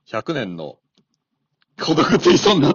100年の孤独って言いそうになった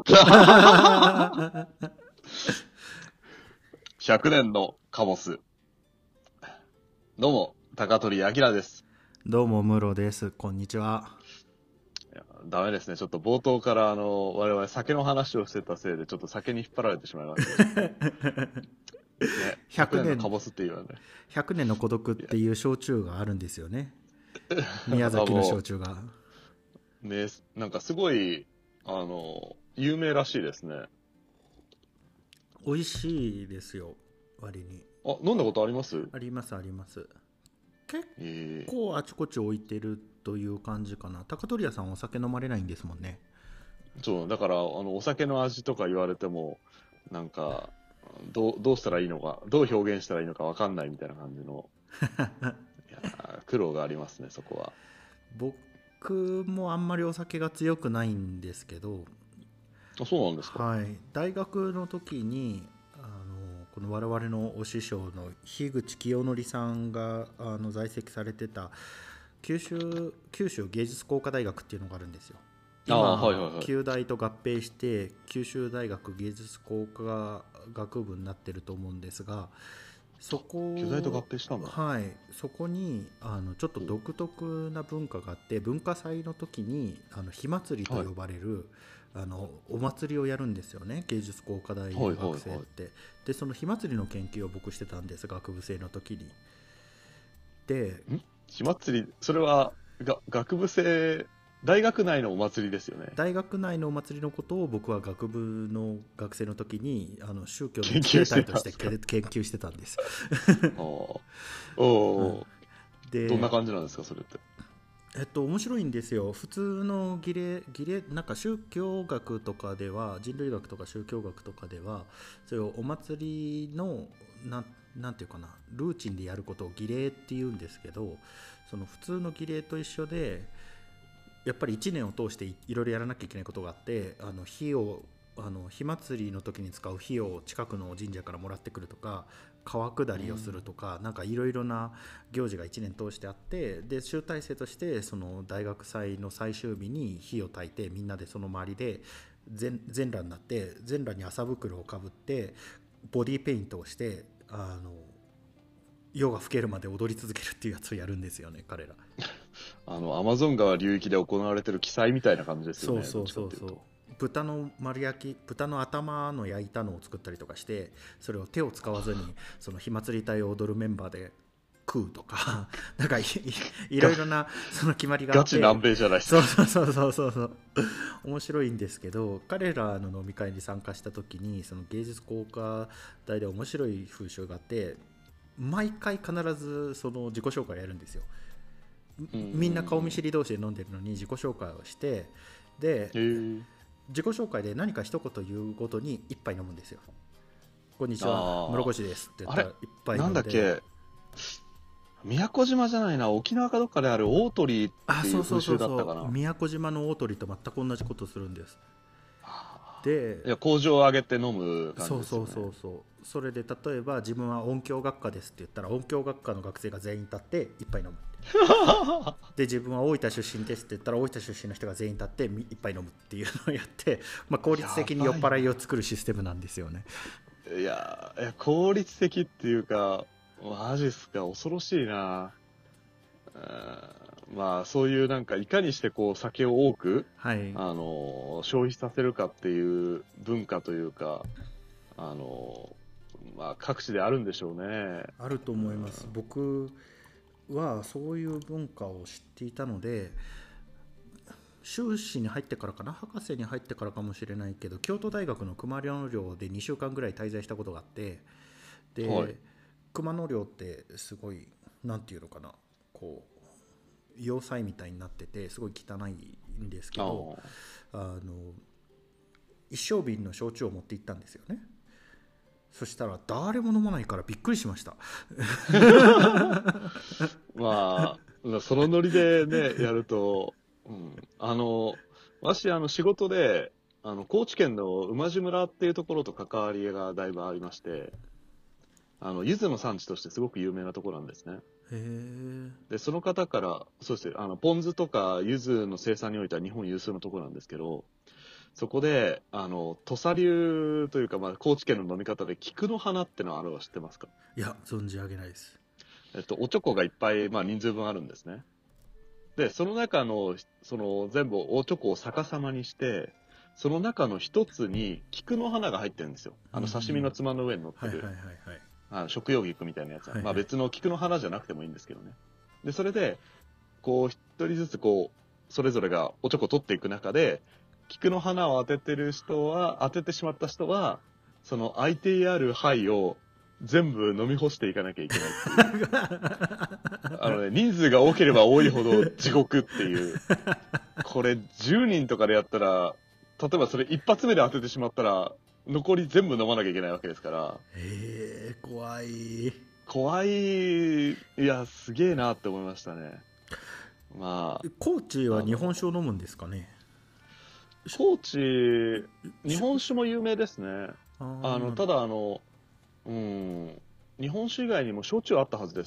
。100年のカボス。どうも、高取明です。 どうも、ムロです。こんにちは。 いや、ダメですね。ちょっと冒頭から我々酒の話をしてたせいで、ちょっと酒に引っ張られてしまいましたね。ね、100 100年、 年のカボスっていうのはね。 100年の孤独っいや、 ていう焼酎があるんですよね。宮崎のも焼酎が。 う、ね、なんかすごい、有名らしいですね。 美味しいですよ、割に。 あ、飲んだことあります？ あります、あります。結ええ、 構あちこち置いてるという感じかな。高取屋さんお酒飲まれないんですもんね。 そう、だから、お酒の味とか言われても、なんか、どうしたらいいのか、どう表現したらいいのかわかんないみたいな感じの、いや苦労がありますね、そこは。 僕もあんまりお酒が強くないんですけど、 あ、そうなんですか。 はい、大学の時にこの我々のお師匠の樋口清則さんが在籍されてた九州芸術工科大学っていうのがあるんですよ。 ああ、はいはい今はい。 九大と合併して九州大学芸術工科学部になってると思うんですが、そ巨大と合こ、 併したんだ。 はい、そこにちょっと独特な文化があって、文化祭の時に火祭りとはい。 呼ばれるお祭りをやるんですよね、芸術工科大はいの学生っはいはい。 て。でその火祭りの研究を僕してたんです、学部生の時に。で火祭り、それは、学部生、大学内のお祭りですよね。 大学内のお祭りのことを僕は学部の学生の時に宗教の研一形究して態としてたんですか？ 研究してたんです。 ああ。おお、どんなで感じなんですか、それって。 面白いんですよ。普通のなんか宗教学とかでは、人類学とか宗教学とかでは、それをお祭りのなんていうかな、ルーチンでやることを儀礼って言うんですけど、その普通の儀礼と一緒で、やっぱり1年を通していろいろやらなきゃいけないことがあって、火祭りの時に使う火を近くの神社からもらってくるとか、川下りをするとか、なんかいろいろな行事が1年通してあって、で集大成としてその大学祭の最終日に火を焚いて、みんなでその周りで全裸になって、全裸に麻袋をかぶってボディーペイントをして、夜が更けるまで踊り続けるっていうやつをやるんですよね、彼ら。 アマゾン川流域で行われてる記載みたいな感じですよね、どっそうそうちかっていうと。 そうそう。豚の丸焼き、豚の頭の焼いたのを作ったりとかして、それを手を使わずにその火祭り隊を踊るメンバーで食うとか、なんかいろが、 いろなその決まりがあって、 ガチ南米じゃないですか。 そうそうそうそうそうそう、面白いんですけど、彼らの飲み会に参加した時に、その芸術工科大で面白い風習があって、毎回必ずその自己紹介をやるんですよ。 うんうんうみんな顔見ん。 知り同士で飲んでるのに自己紹介をして、でへえ。 自己紹介で何か一言言うごとに一杯飲むんですよ。こんにちは、室あ越ですって言あ。あれったら一杯なん飲んで。 だっけ、宮古島じゃないな、沖縄かどっかである大鳥っあ、 ていうそうそうそ風習うそう、 だったかな。 宮古島の大鳥と全く同じことをするんです。でいや、工場を上げて飲む感そうそうじですよね。 そうそう、それで例えば自分は音響学科ですって言ったら、音響学科の学生が全員立って一杯飲む。で自分は大分出身ですって言ったら、大分出身の人が全員立って一杯飲むっていうのをやって、効率的に酔っやばいな。 払いを作るシステムなんですよね。 いや、効率的っていうか、マジっすか、恐ろしいな。まあ、そういうなんか、いかにしてこう、酒を多く、 はい、 消費させるかっていう文化というか、あの、まあ、各地であるんでしょうね。 あると思います。僕はそういう文化を知っていたので、修士に入ってからかな、博士に入ってからかもしれないけど、京都大学の熊野寮で2週間ぐらい滞在したことがあって、 はい。 で熊野寮ってすごい、なんていうのかな、こう要塞みたいになってて、すごい汚いんですけあど、 あ。 あの一升瓶の焼酎を持って行ったんですよね。そしたら誰も飲まないからびっくりしました。 まあ、そのノリでね、やると、うん。私、仕事で、高知県の馬路村っていうところと関わりがだいぶありまして、柚子の産地としてすごく有名なところなんですね。 え。 で、その方から、そうですね、ポン酢とか柚子の生産においては日本有数のところなんですけど、そこで、土佐流というか、まあ、高知県の飲み方で、菊の花ってのはあるのは知ってますか？ いや、存じ上げないです。 おちょこがいっぱい、まあ、人数分あるんですね。で、その中の、全部おちょこを逆さまにして、その中の一つに菊の花が入ってるんですよ。刺身のつまの上に乗ってる、 はいはいはいはい。 食用菊みたいなやつは。 はいはいまあ別の菊の花じゃなくてもいいんですけどね。で、それで、こう、一人ずつこう、それぞれがおちょこ取っていく中で、菊の花を当ててる人は、当ててしまった人は、その空いてある灰を全部飲み干していかなきゃいけないっていう。人数が多ければ多いほど地獄っていう。これ10人とかでやったら、例えばそれ一発目で当ててしまったら、残り全部飲まなきゃいけないわけですから、 怖い。 怖い、いや、すげえなって思いましたね。まあ、 高知は日本酒を飲むんですかね？ 高知、日本酒も有名ですね。ただ日本酒以外にも焼酎あったはずです。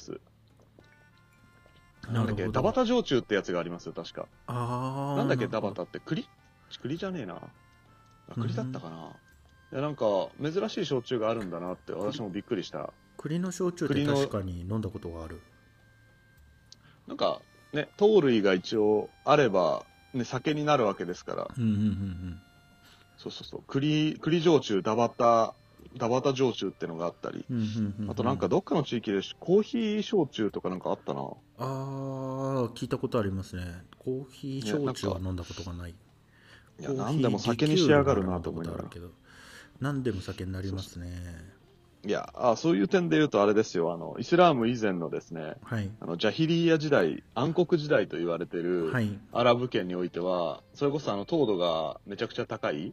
なんだっけ、田畑焼酎ってやつがありますよ、確か。なんだっけ、田畑って、栗じゃねえな。栗だったかな。いや、なんか、珍しい焼酎があるんだなって、私もびっくりした。 栗の焼酎って確かに飲んだことがある。 なんか、ね、糖類が一応あれば、ね、酒になるわけですから。そうそうそう。栗焼酎、田畑焼酎ってのがあったり。あとなんかどっかの地域でコーヒー焼酎とかなんかあったな。 聞いたことありますね。コーヒー焼酎は飲んだことがない。 いや、何でも酒に仕上がるなと思いながら。 何でも酒になりますね。 いや、そういう点で言うとあれですよ、イスラーム以前のですね、 はい、 ジャヒリーヤ時代、暗黒時代と言われてる、 はい、 アラブ圏においては、それこそ糖度がめちゃくちゃ高い、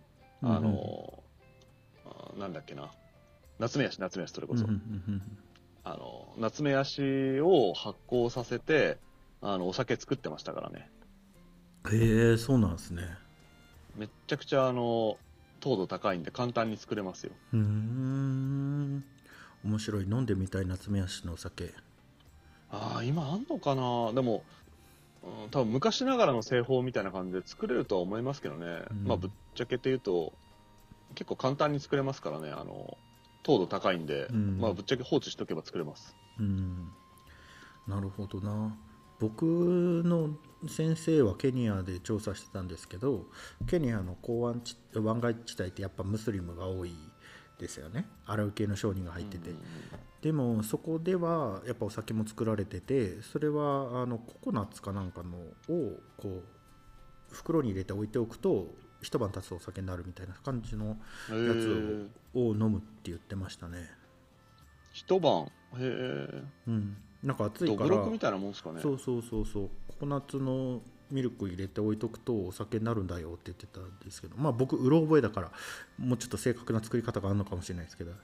なんだっけな、夏目ヤシ、それこそ。夏目ヤシを発酵させて、お酒作ってましたからね。 へえ、そうなんですね。 めっちゃくちゃ糖度高いんで簡単に作れますよ。 面白い。飲んでみたい夏目ヤシのお酒。 今あんのかな。でも、多分昔ながらの製法みたいな感じで作れるとは思いますけどね。まあぶっちゃけて言うと結構簡単に作れますからね。糖度高いんで、まあぶっちゃけ放置しとけば作れます。 なるほどな。僕の先生はケニアで調査してたんですけど、ケニアの湾岸地帯ってやっぱムスリムが多いですよね。アラブ系の商人が入ってて、でもそこではやっぱお酒も作られてて、それはココナッツかなんかのをこう袋に入れて置いておくと一晩経つとお酒になるみたいな感じのやつを飲むって言ってましたね。 一晩。へえ。 なんか暑いから。 どぶろくみたいなもんですかね。 そうココナッツのミルク入れて置いとくとお酒になるんだよって言ってたんですけど、まあ僕うろ覚えだからもうちょっと正確な作り方があるのかもしれないですけど。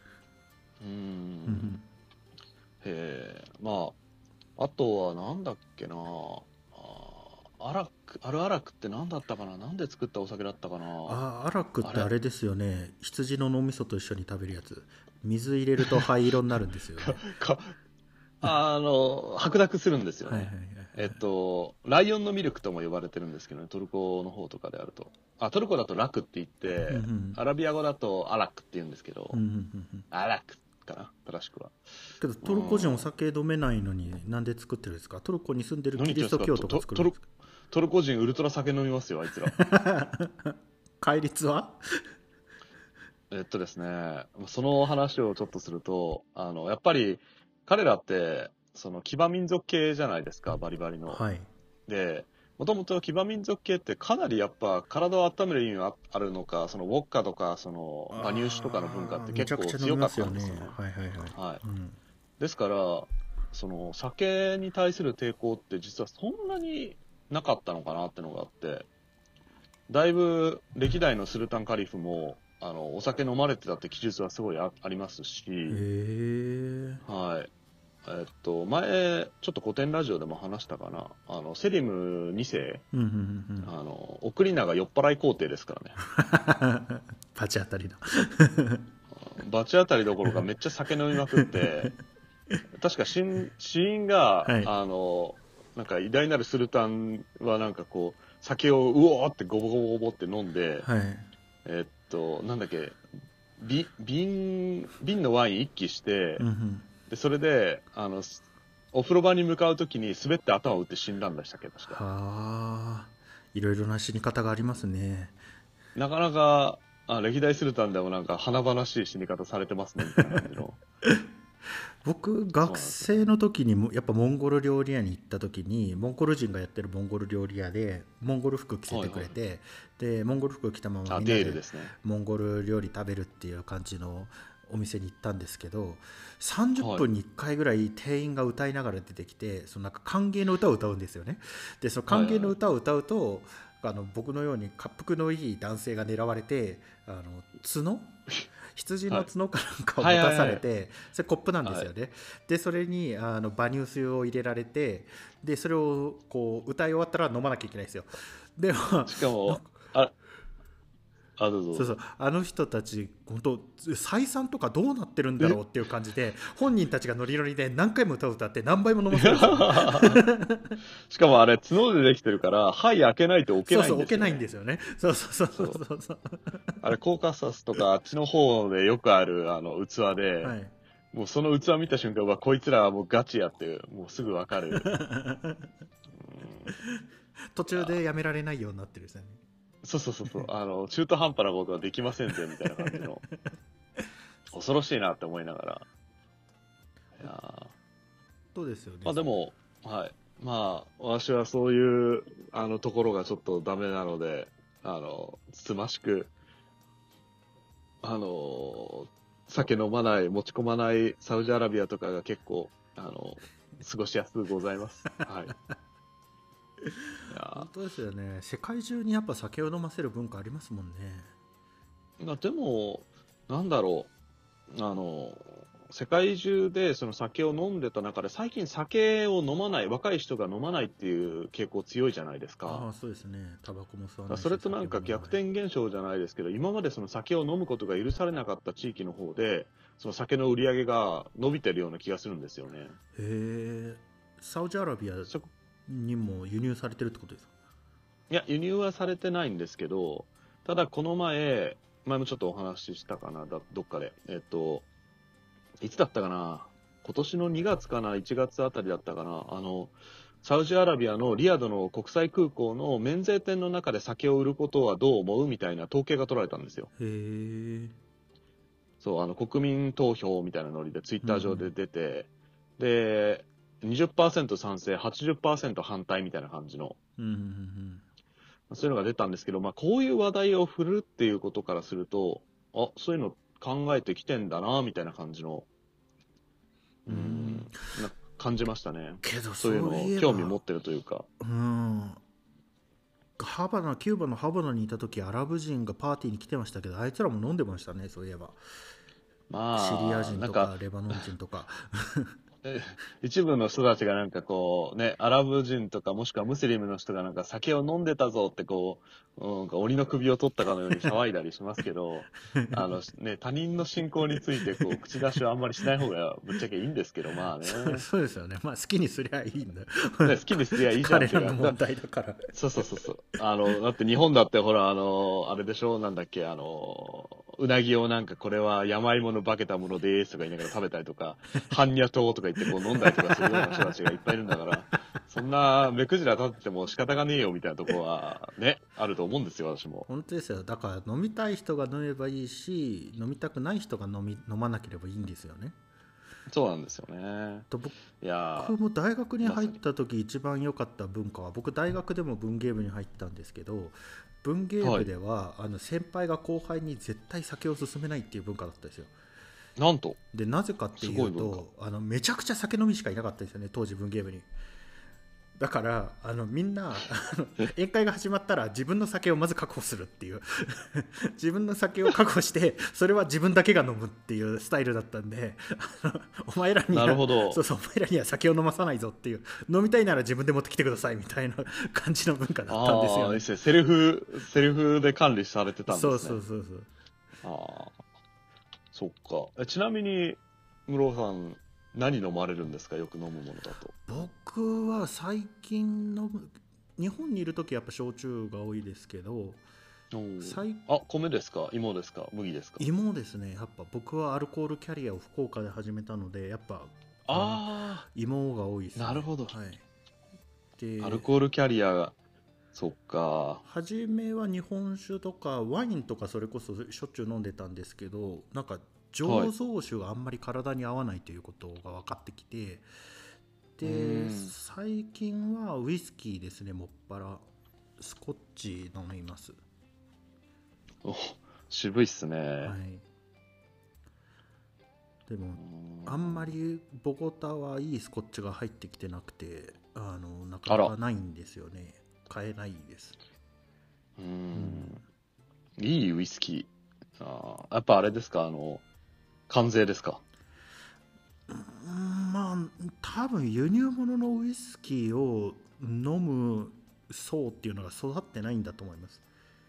へえ。まああとはなんだっけな。アラクって何だったかな。なんで作ったお酒だったかな。 アラクってあれですよね。羊の脳みそと一緒に食べるやつ。水入れると灰色になるんですよね。 白濁するんですよね。ライオンのミルクとも呼ばれてるんですけどね、トルコの方とかであると。トルコだとラクって言って、アラビア語だとアラクって言うんですけど、アラクかな、正しくは。 けどトルコ人お酒飲めないのになんで作ってるんですか？トルコに住んでるキリスト教とか作るんですか？ トルコ人ウルトラ酒飲みますよ、あいつら。 戒律はですね、その話をちょっとすると、やっぱり彼らって、騎馬民族系じゃないですか、バリバリの。 はい。 で、もともと騎馬民族系ってかなりやっぱ体を温める意味があるのか、ウォッカとか、馬乳酒とかの文化って結構強かったんですよね。ですから、酒に対する抵抗って実はそんなになかったのかなってのがあって、だいぶ歴代のスルタンカリフも、お酒飲まれてたって記述はすごいありますし、はい。前、ちょっと古典ラジオでも話したかな。セリム2世、送り長酔っ払い皇帝ですからね。 バチ当たりだ。 バチ当たりどころかめっちゃ酒飲みまくって、 確か死因が、 はい。 なんか偉大なるスルタンはなんかこう、酒をうおーってゴボゴボゴボって飲んで、 はい。 なんだっけ、瓶のワイン一気して、 うんうん。 で、それで、お風呂場に向かうときに滑って頭を打って死んだんでしたっけ、確か。 はあ、いろいろな死に方がありますね。 なかなか、歴代スルタンでもなんか華々しい死に方されてますね、みたいな感じの。 僕学そうなんですよ。 生の時にもやっぱモンゴル料理屋に行った時にモンゴル人がやってるモンゴル料理屋でモンゴル服着せてはいはい。 くれて、でモンゴル服着たままあ、 みんなでデールですね。 モンゴル料理食べるっていう感じのお店に行ったんですけど、30 はい。 分に1回ぐらい店員が歌いながら出てきて、そのなんか歓迎の歌を歌うんですよね。でその歓迎のはいはい。 歌を歌うと僕のように滑腹のいい男性が狙われて、角羊はい。 の角かなんかをはい持たはいはい。 されて、それコップなんですはい。 よね。でそれに馬乳水を入れられて、でそれをこう歌い終わったら飲まなきゃいけないんですよ。でもしかも、 なんかどうぞどそうそう、 うぞ。 あの人たち本当採算とかどうなってるんだろえうっていう感じで、本人たちがノリノリで何回も歌を歌って何倍も飲ませるんですよね。 しかもあれ、角でできてるから、肺開けないと置けないんそうそう、置けないんですよね。 ですよね。そうそうそうそう。 そうそう。 あれ、コーカサスとかあっちの方でよくある、器で、 はい。 もうその器見た瞬間は、こいつらはもうガチやって、もうすぐわかる。うん、 途いや、 中でやめられないようになってるんですよね。 そうそうそうそう、中途半端なことはできませんぜ、みたいな感じの、恐ろしいなって思いながら。いやー、 そうですよね。 まあでも、はい。まあ、私はそういう、ところがちょっとダメなので、つつましく、あの、酒飲まない、持ち込まないサウジアラビアとかが結構、過ごしやすくございます。はい。いや本当ですよね。世界中にやっぱ酒を飲ませる文化ありますもんね。 まあでも、なんだろう。世界中でその酒を飲んでた中で、最近酒を飲まない、若い人が飲まないっていう傾向強いじゃないですか。 ああ、そうですね。タバコも吸わだからないし、 それとなんか酒も飲まない。 逆転現象じゃないですけど、今までその酒を飲むことが許されなかった地域の方で、その酒の売り上げが伸びてるような気がするんですよね。 へえ。サウジアラビアそにも輸入されてるってことですか？ いや、輸入はされてないんですけど、ただこの前もちょっとお話ししたかな、どっかで。いつだったかな、今年の2月かな、1月あたりだったかな、サウジアラビアのリヤドの国際空港の免税店の中で酒を売ることはどう思うみたいな統計が取られたんですよ。 へえ。 そう、国民投票みたいなノリでツイッうんうん。 ター上で出て、で、20%賛成、80%反対みたいな感じの、 うんうんうん。 そういうのが出たんですけど、まあ、こういう話題を振るっていうことからすると、あ、そういうの考えてきてんだな、みたいな感じの、 うん。 感じましたね。 けどそういうそうのをいえば、 興味持ってるというか。 うん。キューバのハバナにいた時アラブ人がパーティーに来てましたけど、あいつらも飲んでましたね、そういえば。シリアまあ、 人となんか、 かレバノン人とか。 え一部の人たちがなんかこうね、アラブ人とかもしくはムスリムの人がなんか酒を飲んでたぞってこう、なんか鬼の首を取ったかのように騒いだりしますけど、ね、他人の信仰についてこう、口出しはあんまりしない方がぶっちゃけいいんですけど、まあそうね。 そうですよね。まあ好きにすりゃいいんだ。 ね、好きにすりゃいいじゃんっていうか、 彼らの問題だから。 そうそうそうそう。だって日本だってほら、あれでしょ、なんだっけ、うなぎをなんかこれは山芋の化けたものですとか言いながら食べたりとか、般若糖とか言ってこう飲んだりとかするような人たちがいっぱいいるんだから、そんな目くじら立ってても仕方がねえよみたいなところはね、あると思うんですよ、私も。 本当ですよ。だから飲みたい人が飲めばいいし、飲みたくない人が飲まなければいいんですよね。 そうなんですよね。 と僕いやも大学にまさに。 入った時一番良かった文化は、僕大学でも文芸部に入ったんですけど、文芸はい。 部では先輩が後輩に絶対酒を勧めないっていう文化だったんですよ。 なんと、 でなぜかってすいうごい文化。 とめちゃくちゃ酒飲みしかいなかったんですよね、当時文芸部に。だからみんな宴会が始まったら自分の酒をまず確保するっていう自分の酒を確保してそれは自分だけが飲むっていうスタイルだったんで、お前らになるはほど。 そうそう、お前らには酒を飲まさないぞっていう、飲みたいなら自分で持ってきてくださいみたいな感じの文化だったんですよああ、いいっね。 すね。セルフで管理されてたんでそうすね。 そうそうそう。 ああ、そっか。ちなみに、室尾さん、 何飲まれるんですか、よく飲むものだと。 僕は最近の日本にいる時やっぱ焼酎が多いですけど、最米ですか、芋ですか、麦ですか。 芋ですね。やっぱ僕はアルコールキャリアを福岡で始めたので、やっぱ芋が多いですね。 なるほど。 はい、でアルコールキャリアが、そっか。 初めは日本酒とかワインとかそれこそしょっちゅう飲んでたんですけど、なんか醸造酒があんまり体に合わないということが分かってきて、で最近はウイスキーですね。もっぱらスコッチ飲みます。 お、渋いっすね。 はい、でもあんまりボゴタはいいスコッチが入ってきてなくて、なかなかないんですよね。買えないです。 いいウイスキー。やっぱあれですか、関税ですか。 まあ多分輸入物のウイスキーを飲む層っていうのが育ってないんだと思います。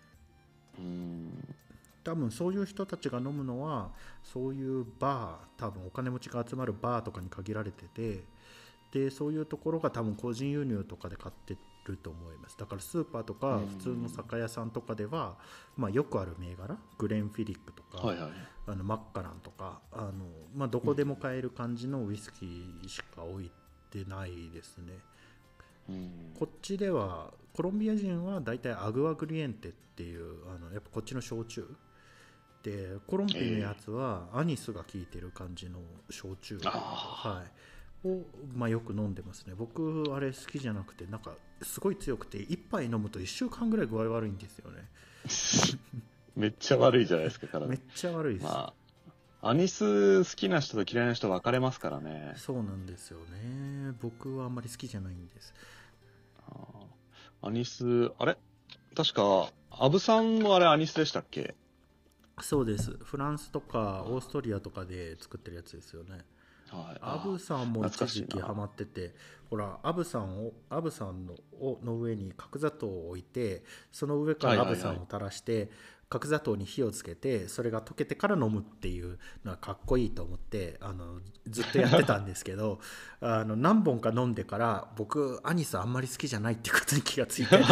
多分そういう人たちが飲むのはそういうバー、多分お金持ちが集まるバーとかに限られてて、でそういうところが多分個人輸入とかで買ってると思います。だからスーパーとか普通の酒屋さんとかでは、まあ、よくある銘柄グレンフィリックとか、マッカランとかまあ、どこでも買える感じのウイスキーしか置いてないですね。こっちではコロンビア人はだいたいアグアグリエンテっていうやっぱこっちの焼酎で、コロンビのやつはアニスが効いてる感じの焼酎、を、まあ、よく飲んでますね。僕あれ好きじゃなくて、なんかすごい強くて1杯飲むと1週間ぐらい具合悪いんですよね。 めっちゃ悪いじゃないですか、体。 めっちゃ悪いです。 まあ、アニス好きな人と嫌いな人分かれますからね。 そうなんですよね。僕はあんまり好きじゃないんです。 アニス、あれ確かアブさんもあれアニスでしたっけ。 そうです。フランスとかオーストリアとかで作ってるやつですよね。アブさんも一時期ハマってて、ほらアブさんの上に角砂糖を置いて、その上からアブさんを垂らして、角砂糖に火をつけて、それが溶けてから飲むっていうのはかっこいいと思ってずっとやってたんですけど何本か飲んでから僕アニスあんまり好きじゃないっていうことに気がついて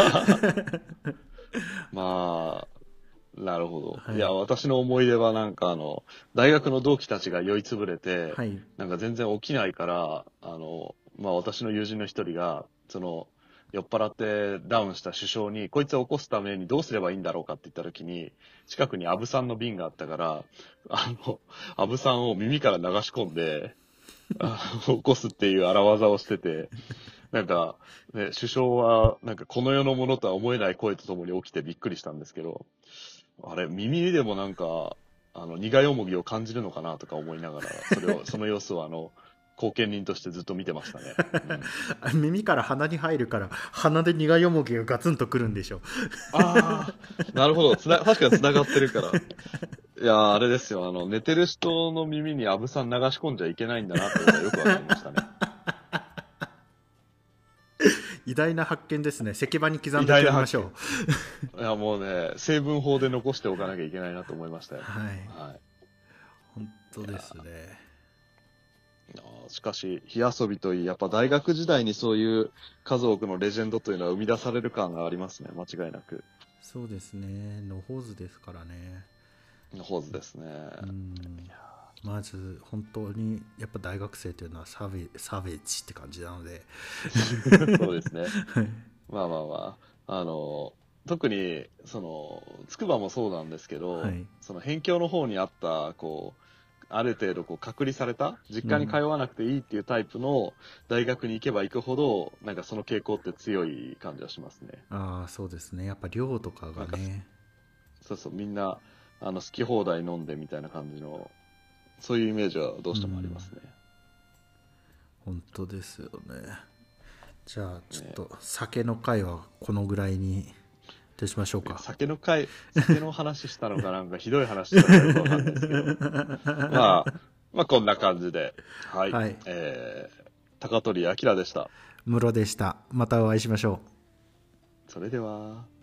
まあなるほど。いや、私の思い出はなんか大学の同期たちが酔いつぶれて、なんか全然起きないから、まあ私の友人の一人が、酔っ払ってダウンした首相に、こいつを起こすためにどうすればいいんだろうかって言った時に、近くにアブさんの瓶があったから、アブさんを耳から流し込んで、起こすっていう荒技をしてて、なんか、ね、首相は、なんかこの世のものとは思えない声とともに起きてびっくりしたんですけど、あれ、耳でもなんか、苦いよもぎを感じるのかなとか思いながら、その様子を後見人としてずっと見てましたね。 耳から鼻に入るから、鼻で苦いよもぎがガツンとくるんでしょ。 なるほど。確かに繋がってるから。いや、あれですよ。寝てる人の耳にアブさん流し込んじゃいけないんだなってことがよくわかりましたね。 偉大な発見ですね。石板に刻んでおきましょう。いや、もうね、成分法で残しておかなきゃいけないなと思いましたよ。 本当ですね。 しかし、火遊びといい、やっぱ大学時代にそういう数多くのレジェンドというのは生み出される感がありますね、間違いなく。 そうですね。野放図ですからね。 野放図ですね。 まず本当にやっぱ大学生というのはサベージって感じなのでそうですね。まあまあまあ特に筑波もそうなんですけど、その辺境の方にあったある程度隔離された実家に通わなくていいっていうタイプの大学に行けば行くほどなんかその傾向って強い感じはしますね。 そうですね。やっぱ寮とかがね、 そうみんな好き放題飲んでみたいな感じのそういうイメージはどうしてもありますね。 本当ですよね。じゃあちょっと酒の会はこのぐらいにどうしましょうか。 酒の話したのかなんかひどい話したのかよくわかんないですけどまあこんな感じで高取明でした。 室でした。またお会いしましょう。 それでは。